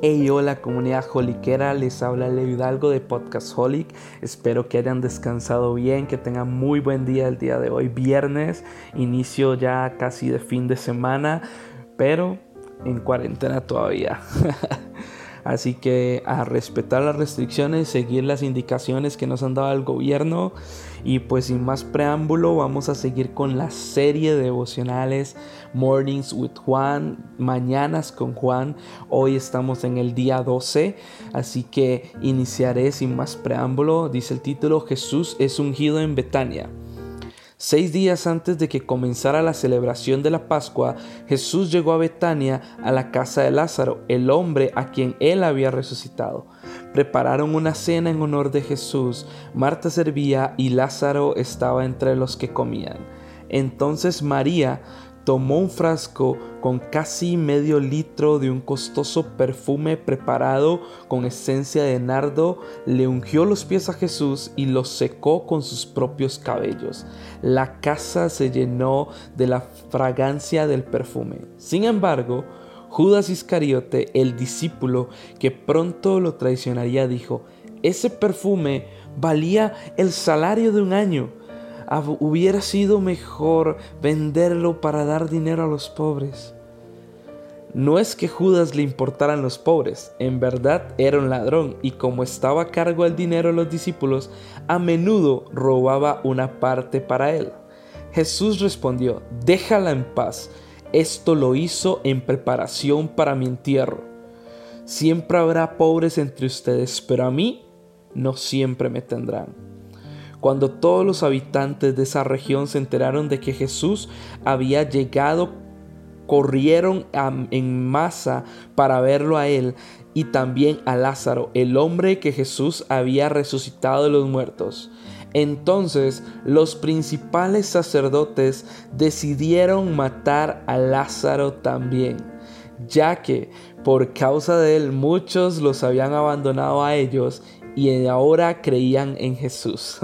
Hey, hola comunidad holiquera, les habla Leo Hidalgo de Podcast Holic. Espero que hayan descansado bien, que tengan muy buen día el día de hoy, viernes, inicio ya casi de fin de semana, pero en cuarentena todavía. Así que a respetar las restricciones, seguir las indicaciones que nos han dado el gobierno. Y pues sin más preámbulo, vamos a seguir con la serie de devocionales Mornings with Juan, Mañanas con Juan. Hoy estamos en el día 12, así que iniciaré sin más preámbulo. Dice el título: Jesús es ungido en Betania. 6 días antes de que comenzara la celebración de la Pascua, Jesús llegó a Betania, a la casa de Lázaro, el hombre a quien él había resucitado. Prepararon una cena en honor de Jesús. Marta servía y Lázaro estaba entre los que comían. Entonces María tomó un frasco con casi medio litro de un costoso perfume preparado con esencia de nardo, le ungió los pies a Jesús y los secó con sus propios cabellos. La casa se llenó de la fragancia del perfume. Sin embargo, Judas Iscariote, el discípulo que pronto lo traicionaría, dijo: «Ese perfume valía el salario de un año. Hubiera sido mejor venderlo para dar dinero a los pobres». No es que Judas le importaran los pobres, en verdad era un ladrón, y como estaba a cargo del dinero de los discípulos, a menudo robaba una parte para él. Jesús respondió: «Déjala en paz. Esto lo hizo en preparación para mi entierro. Siempre habrá pobres entre ustedes, pero a mí no siempre me tendrán». Cuando todos los habitantes de esa región se enteraron de que Jesús había llegado, corrieron en masa para verlo a él y también a Lázaro, el hombre que Jesús había resucitado de los muertos. Entonces los principales sacerdotes decidieron matar a Lázaro también, ya que por causa de él muchos los habían abandonado a ellos y ahora creían en Jesús.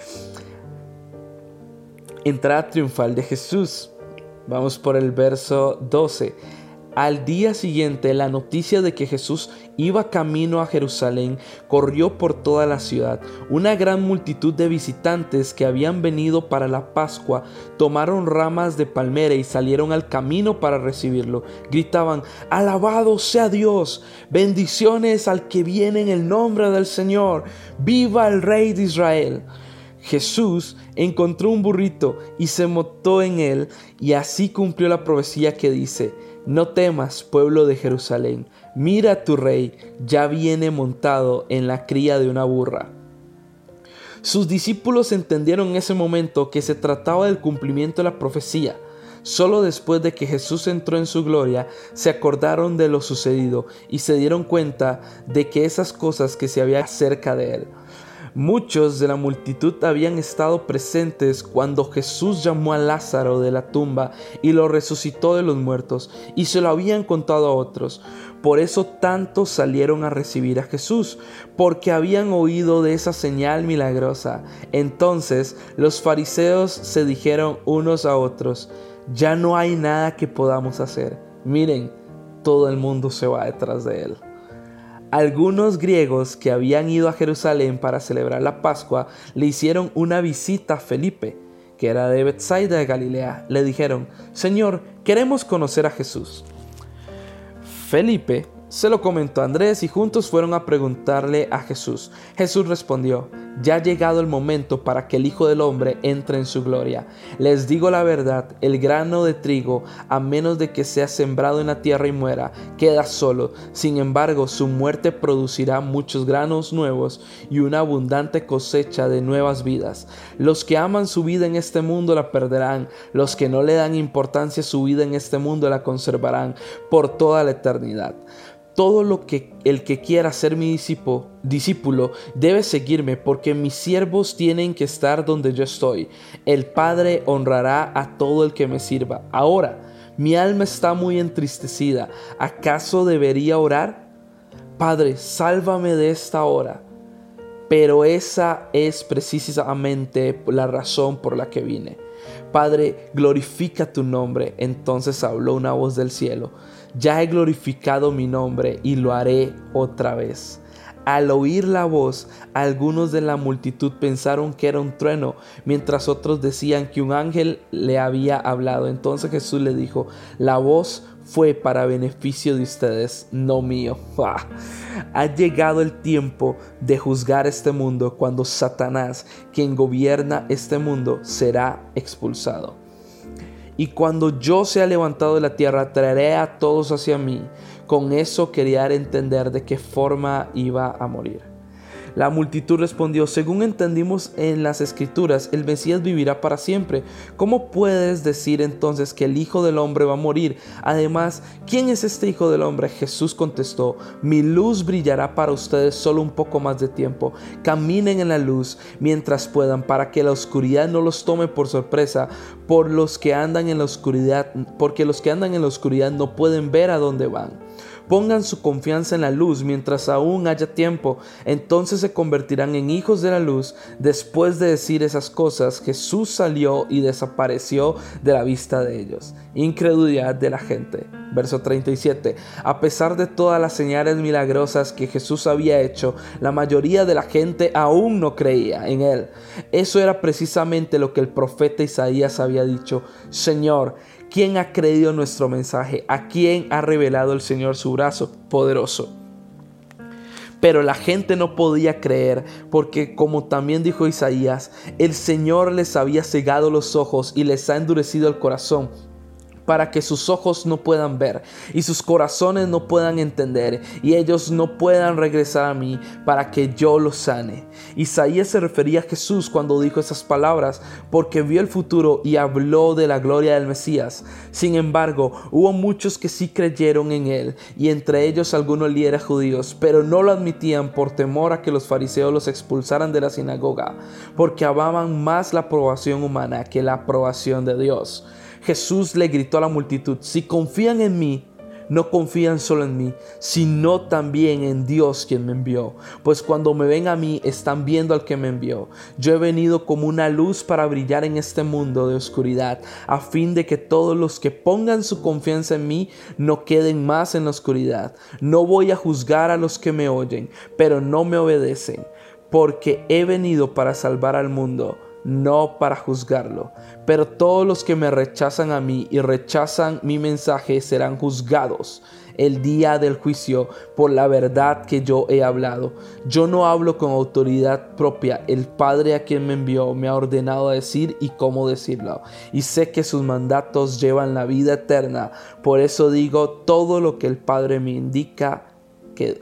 Entrada triunfal de Jesús. Vamos por el verso 12. Al día siguiente, la noticia de que Jesús iba camino a Jerusalén corrió por toda la ciudad. Una gran multitud de visitantes que habían venido para la Pascua tomaron ramas de palmera y salieron al camino para recibirlo. Gritaban: «¡Alabado sea Dios! ¡Bendiciones al que viene en el nombre del Señor! ¡Viva el Rey de Israel!». Jesús encontró un burrito y se montó en él, y así cumplió la profecía que dice: «No temas, pueblo de Jerusalén, mira a tu rey, ya viene montado en la cría de una burra». Sus discípulos entendieron en ese momento que se trataba del cumplimiento de la profecía. Solo después de que Jesús entró en su gloria, se acordaron de lo sucedido y se dieron cuenta de que esas cosas que se habían cerca de él. Muchos de la multitud habían estado presentes cuando Jesús llamó a Lázaro de la tumba y lo resucitó de los muertos, y se lo habían contado a otros. Por eso tantos salieron a recibir a Jesús, porque habían oído de esa señal milagrosa. Entonces los fariseos se dijeron unos a otros: «Ya no hay nada que podamos hacer. Miren, todo el mundo se va detrás de él». Algunos griegos que habían ido a Jerusalén para celebrar la Pascua le hicieron una visita a Felipe, que era de Betsaida de Galilea. Le dijeron: «Señor, queremos conocer a Jesús». Felipe se lo comentó a Andrés y juntos fueron a preguntarle a Jesús. Jesús respondió: «Ya ha llegado el momento para que el Hijo del Hombre entre en su gloria. Les digo la verdad, el grano de trigo, a menos de que sea sembrado en la tierra y muera, queda solo. Sin embargo, su muerte producirá muchos granos nuevos y una abundante cosecha de nuevas vidas. Los que aman su vida en este mundo la perderán. Los que no le dan importancia a su vida en este mundo la conservarán por toda la eternidad. Todo el que quiera ser mi discípulo debe seguirme, porque mis siervos tienen que estar donde yo estoy. El Padre honrará a todo el que me sirva. Ahora, mi alma está muy entristecida. ¿Acaso debería orar? Padre, sálvame de esta hora». Pero esa es precisamente la razón por la que vine. Padre, glorifica tu nombre. Entonces habló una voz del cielo: Ya he glorificado mi nombre y lo haré otra vez. Al oír la voz, algunos de la multitud pensaron que era un trueno, mientras otros decían que un ángel le había hablado. Entonces Jesús le dijo: la voz fue para beneficio de ustedes, no mío. Ha llegado el tiempo de juzgar este mundo, cuando Satanás, quien gobierna este mundo, será expulsado. Y cuando yo sea levantado de la tierra, traeré a todos hacia mí. Con eso quería dar a entender de qué forma iba a morir. La multitud respondió: según entendimos en las Escrituras, el Mesías vivirá para siempre. ¿Cómo puedes decir entonces que el Hijo del Hombre va a morir? Además, ¿quién es este Hijo del Hombre? Jesús contestó: mi luz brillará para ustedes solo un poco más de tiempo. Caminen en la luz mientras puedan, para que la oscuridad no los tome por sorpresa, porque los que andan en la oscuridad no pueden ver a dónde van. Pongan su confianza en la luz mientras aún haya tiempo, entonces se convertirán en hijos de la luz. Después de decir esas cosas, Jesús salió y desapareció de la vista de ellos. Incredulidad de la gente. Verso 37. A pesar de todas las señales milagrosas que Jesús había hecho, la mayoría de la gente aún no creía en él. Eso era precisamente lo que el profeta Isaías había dicho: Señor, ¿quién ha creído nuestro mensaje? ¿A quién ha revelado el Señor su brazo poderoso? Pero la gente no podía creer, porque, como también dijo Isaías, el Señor les había cegado los ojos y les ha endurecido el corazón, para que sus ojos no puedan ver y sus corazones no puedan entender, y ellos no puedan regresar a mí para que yo los sane. Isaías se refería a Jesús cuando dijo esas palabras, porque vio el futuro y habló de la gloria del Mesías. Sin embargo, hubo muchos que sí creyeron en él, y entre ellos algunos líderes judíos, pero no lo admitían por temor a que los fariseos los expulsaran de la sinagoga, porque amaban más la aprobación humana que la aprobación de Dios. Jesús le gritó a la multitud: si confían en mí, no confían solo en mí, sino también en Dios quien me envió. Pues cuando me ven a mí, están viendo al que me envió. Yo he venido como una luz para brillar en este mundo de oscuridad, a fin de que todos los que pongan su confianza en mí no queden más en la oscuridad. No voy a juzgar a los que me oyen, pero no me obedecen, porque he venido para salvar al mundo, no para juzgarlo. Pero todos los que me rechazan a mí y rechazan mi mensaje serán juzgados el día del juicio por la verdad que yo he hablado. Yo no hablo con autoridad propia. El Padre a quien me envió me ha ordenado decir y cómo decirlo. Y sé que sus mandatos llevan la vida eterna. Por eso digo todo lo que el Padre me indica que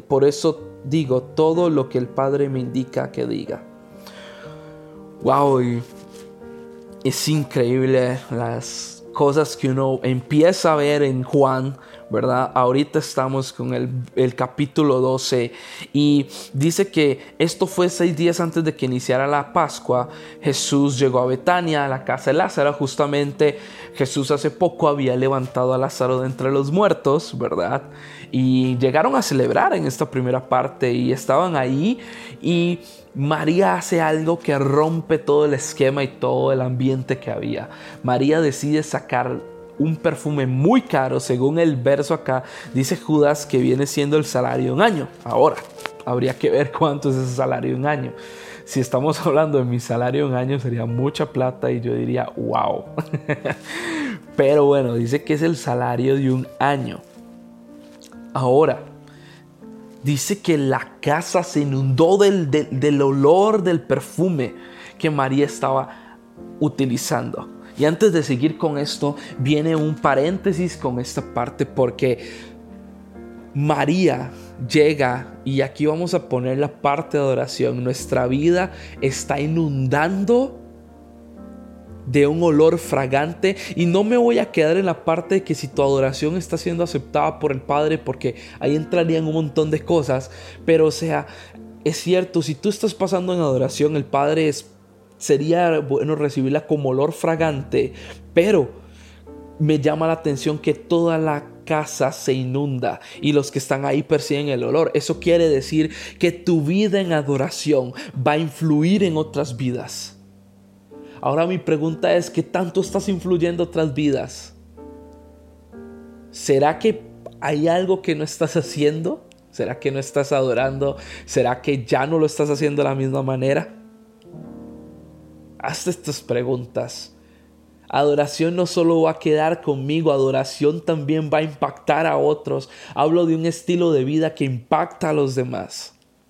diga. Wow, y es increíble las cosas que uno empieza a ver en Juan, ¿verdad? Ahorita estamos con el capítulo 12 y dice que esto fue 6 días antes de que iniciara la Pascua. Jesús llegó a Betania, a la casa de Lázaro. Justamente Jesús hace poco había levantado a Lázaro de entre los muertos, ¿verdad? Y llegaron a celebrar en esta primera parte y estaban ahí, y María hace algo que rompe todo el esquema y todo el ambiente que había. María decide sacar un perfume muy caro. Según el verso acá, dice Judas que viene siendo el salario de un año. Ahora, habría que ver cuánto es ese salario de un año. Si estamos hablando de mi salario de un año, sería mucha plata y yo diría, wow. Pero bueno, dice que es el salario de un año. Ahora, dice que la casa se inundó del olor del perfume que María estaba utilizando. Y antes de seguir con esto, viene un paréntesis con esta parte, porque María llega, y aquí vamos a poner la parte de adoración. Nuestra vida está inundando de un olor fragante, y no me voy a quedar en la parte de que si tu adoración está siendo aceptada por el Padre, porque ahí entrarían un montón de cosas. Pero o sea, es cierto, si tú estás pasando en adoración, el Padre sería bueno recibirla como olor fragante, pero me llama la atención que toda la casa se inunda y los que están ahí perciben el olor. Eso quiere decir que tu vida en adoración va a influir en otras vidas. Ahora mi pregunta es: ¿qué tanto estás influyendo en otras vidas? ¿Será que ¿Hay algo que no estás haciendo? ¿Será que no estás adorando? ¿Será que ya no lo estás haciendo de la misma manera? Hazte estas preguntas. Adoración no solo va a quedar conmigo, adoración también va a impactar a otros. Hablo de un estilo de vida que impacta a los demás.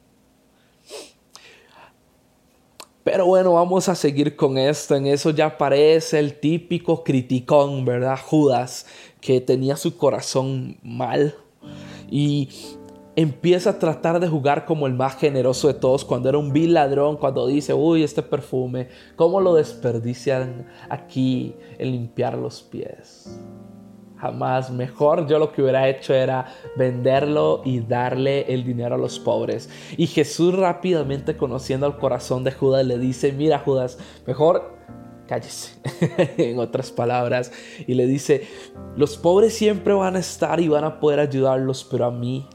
Pero bueno, vamos a seguir con esto. En eso ya aparece el típico criticón, ¿verdad? Judas, que tenía su corazón mal y empieza a tratar de jugar como el más generoso de todos cuando era un vil ladrón, cuando dice, uy, este perfume, ¿cómo lo desperdician aquí en limpiar los pies? Jamás. Mejor yo lo que hubiera hecho era venderlo y darle el dinero a los pobres. Y Jesús, rápidamente conociendo el corazón de Judas, le dice, mira Judas, mejor cállese. En otras palabras, y le dice, los pobres siempre van a estar y van a poder ayudarlos, pero a mí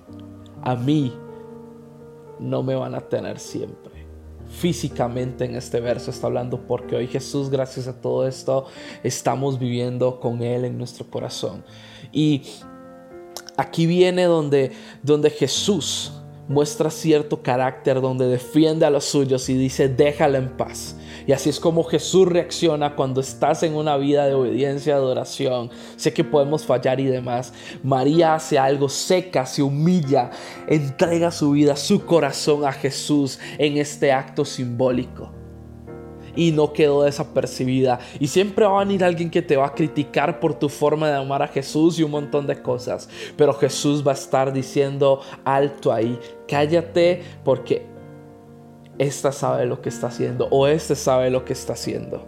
no me van a tener siempre. Físicamente en este verso está hablando, porque hoy Jesús, gracias a todo esto, estamos viviendo con Él en nuestro corazón. Y aquí viene donde Jesús muestra cierto carácter, donde defiende a los suyos y dice, déjala en paz. Y así es como Jesús reacciona cuando estás en una vida de obediencia, de adoración. Sé que podemos fallar y demás. María hace algo, seca, se humilla, entrega su vida, su corazón a Jesús en este acto simbólico. Y no quedó desapercibida. Y siempre va a venir alguien que te va a criticar por tu forma de amar a Jesús y un montón de cosas. Pero Jesús va a estar diciendo, alto ahí, cállate, porque esta sabe lo que está haciendo, o este sabe lo que está haciendo.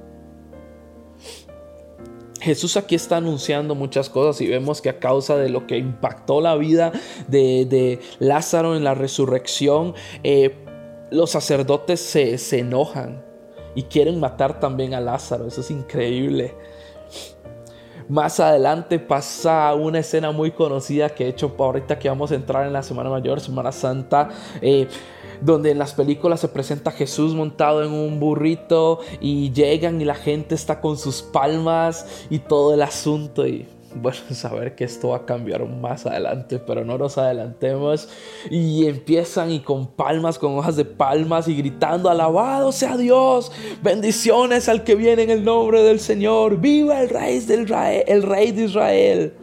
Jesús aquí está anunciando muchas cosas y vemos que a causa de lo que impactó la vida de Lázaro en la resurrección, los sacerdotes se enojan y quieren matar también a Lázaro. Eso es increíble. Más adelante pasa una escena muy conocida que he hecho ahorita que vamos a entrar en la Semana Mayor, Semana Santa, donde en las películas se presenta a Jesús montado en un burrito y llegan y la gente está con sus palmas y todo el asunto. Y bueno, saber que esto va a cambiar más adelante, pero no nos adelantemos. Y empiezan y con palmas, con hojas de palmas y gritando, alabado sea Dios, bendiciones al que viene en el nombre del Señor, viva el Rey de Israel.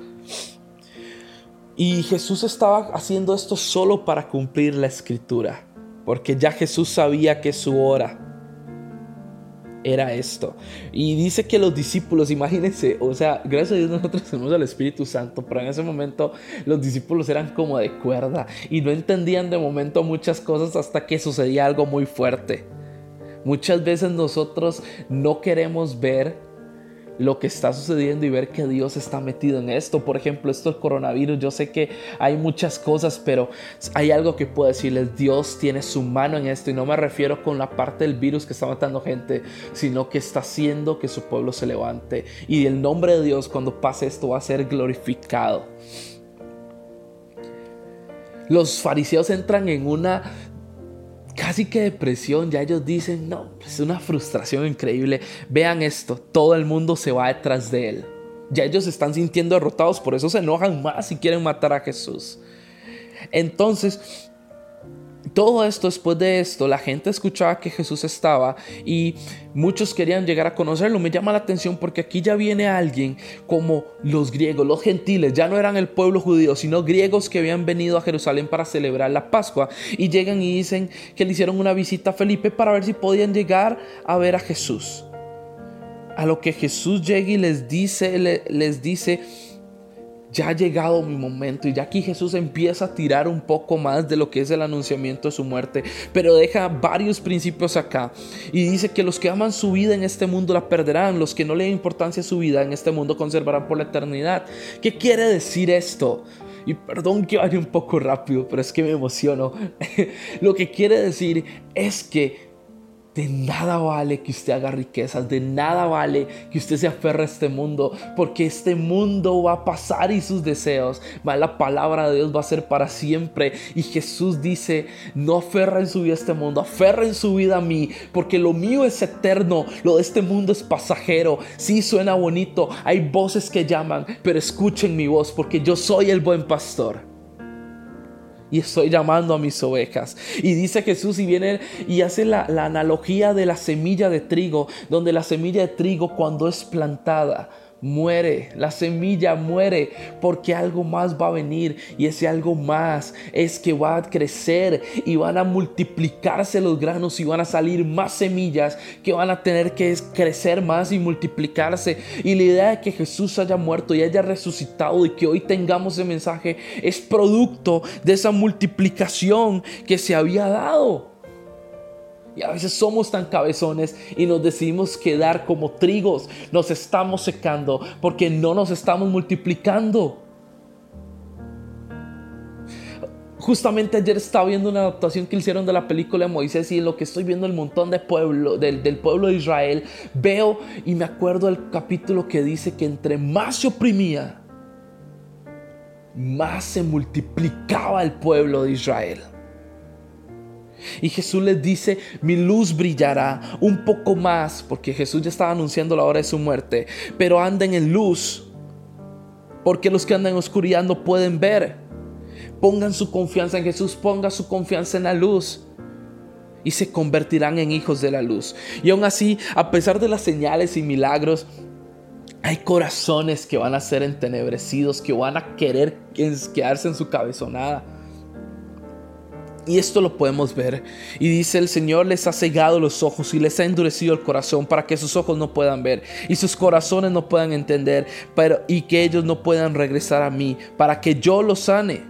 Y Jesús estaba haciendo esto solo para cumplir la escritura, porque ya Jesús sabía que su hora era esto. Y dice que los discípulos, imagínense, o sea, gracias a Dios nosotros tenemos al Espíritu Santo, pero en ese momento los discípulos eran como de cuerda y no entendían de momento muchas cosas hasta que sucedía algo muy fuerte. Muchas veces nosotros no queremos ver lo que está sucediendo y ver que Dios está metido en esto. Por ejemplo, esto del coronavirus, yo sé que hay muchas cosas, pero hay algo que puedo decirles: Dios tiene su mano en esto, y no me refiero con la parte del virus que está matando gente, sino que está haciendo que su pueblo se levante, y el nombre de Dios, cuando pase esto, va a ser glorificado. Los fariseos entran en una casi que depresión. Ya ellos dicen, no, es una frustración increíble. Vean esto, todo el mundo se va detrás de él. Ya ellos se están sintiendo derrotados, por eso se enojan más y quieren matar a Jesús. Entonces, todo esto, después de esto, la gente escuchaba que Jesús estaba y muchos querían llegar a conocerlo. Me llama la atención porque aquí ya viene alguien como los griegos, los gentiles. Ya no eran el pueblo judío, sino griegos que habían venido a Jerusalén para celebrar la Pascua, y llegan y dicen que le hicieron una visita a Felipe para ver si podían llegar a ver a Jesús. A lo que Jesús llega y les dice, ya ha llegado mi momento. Y ya aquí Jesús empieza a tirar un poco más de lo que es el anunciamiento de su muerte, pero deja varios principios acá. Y dice que los que aman su vida en este mundo la perderán, los que no le den importancia a su vida en este mundo conservarán por la eternidad. ¿Qué quiere decir esto? Y perdón que vaya un poco rápido, pero es que me emociono. Lo que quiere decir es que De nada vale que usted haga riquezas, de nada vale que usted se aferre a este mundo, porque este mundo va a pasar y sus deseos, la palabra de Dios va a ser para siempre. Y Jesús dice, no aferren su vida a este mundo, aferren su vida a mí, porque lo mío es eterno, lo de este mundo es pasajero. Sí, suena bonito, hay voces que llaman, pero escuchen mi voz, porque yo soy el buen pastor. Y estoy llamando a mis ovejas. Y dice Jesús y viene y hace la analogía de la semilla de trigo, donde la semilla de trigo cuando es plantada muere, la semilla muere porque algo más va a venir, y ese algo más es que va a crecer y van a multiplicarse los granos y van a salir más semillas que van a tener que crecer más y multiplicarse. Y la idea de que Jesús haya muerto y haya resucitado y que hoy tengamos ese mensaje es producto de esa multiplicación que se había dado. Y a veces somos tan cabezones y nos decidimos quedar como trigos. Nos estamos secando porque no nos estamos multiplicando. Justamente ayer estaba viendo una adaptación que hicieron de la película de Moisés, y en lo que estoy viendo el montón de pueblo, del pueblo de Israel, veo y me acuerdo del capítulo que dice que entre más se oprimía, más se multiplicaba el pueblo de Israel. Y Jesús les dice, mi luz brillará un poco más, porque Jesús ya estaba anunciando la hora de su muerte. Pero anden en luz, porque los que andan en oscuridad no pueden ver. Pongan su confianza en Jesús, pongan su confianza en la luz, y se convertirán en hijos de la luz. Y aún así, a pesar de las señales y milagros, hay corazones que van a ser entenebrecidos, que van a querer quedarse en su cabezonada. Y esto lo podemos ver. Y dice, el Señor les ha cegado los ojos y les ha endurecido el corazón para que sus ojos no puedan ver y sus corazones no puedan entender, y que ellos no puedan regresar a mí para que yo los sane.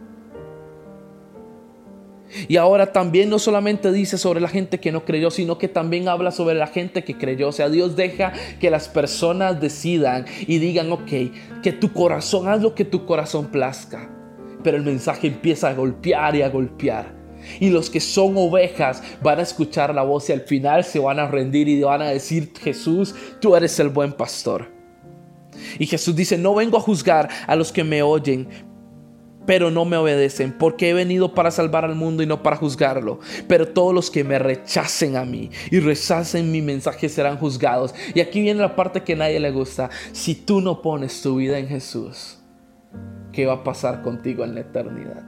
Y ahora también no solamente dice sobre la gente que no creyó, sino que también habla sobre la gente que creyó. O sea, Dios deja que las personas decidan y digan, ok, que tu corazón, haz lo que tu corazón plazca. Pero el mensaje empieza a golpear y a golpear. Y los que son ovejas van a escuchar la voz y al final se van a rendir y van a decir, Jesús, tú eres el buen pastor. Y Jesús dice, no vengo a juzgar a los que me oyen, pero no me obedecen, porque he venido para salvar al mundo y no para juzgarlo. Pero todos los que me rechacen a mí y rechacen mi mensaje serán juzgados. Y aquí viene la parte que a nadie le gusta. Si tú no pones tu vida en Jesús, ¿qué va a pasar contigo en la eternidad?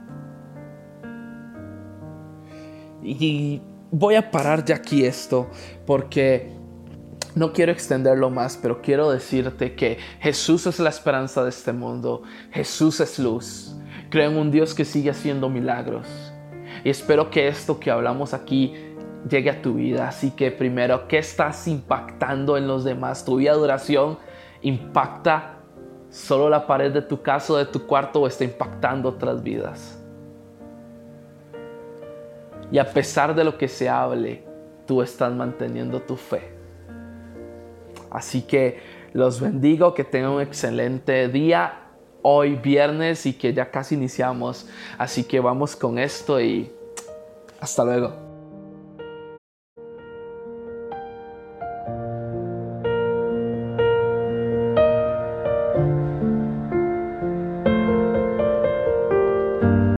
Y voy a parar ya aquí esto, porque no quiero extenderlo más, pero quiero decirte que Jesús es la esperanza de este mundo. Jesús es luz. Creo en un Dios que sigue haciendo milagros. Y espero que esto que hablamos aquí llegue a tu vida. Así que primero, ¿qué estás impactando en los demás? ¿Tu vida de oración impacta solo la pared de tu casa o de tu cuarto, o está impactando otras vidas? Y a pesar de lo que se hable, tú estás manteniendo tu fe. Así que los bendigo, que tengan un excelente día hoy viernes y que ya casi iniciamos. Así que vamos con esto y hasta luego.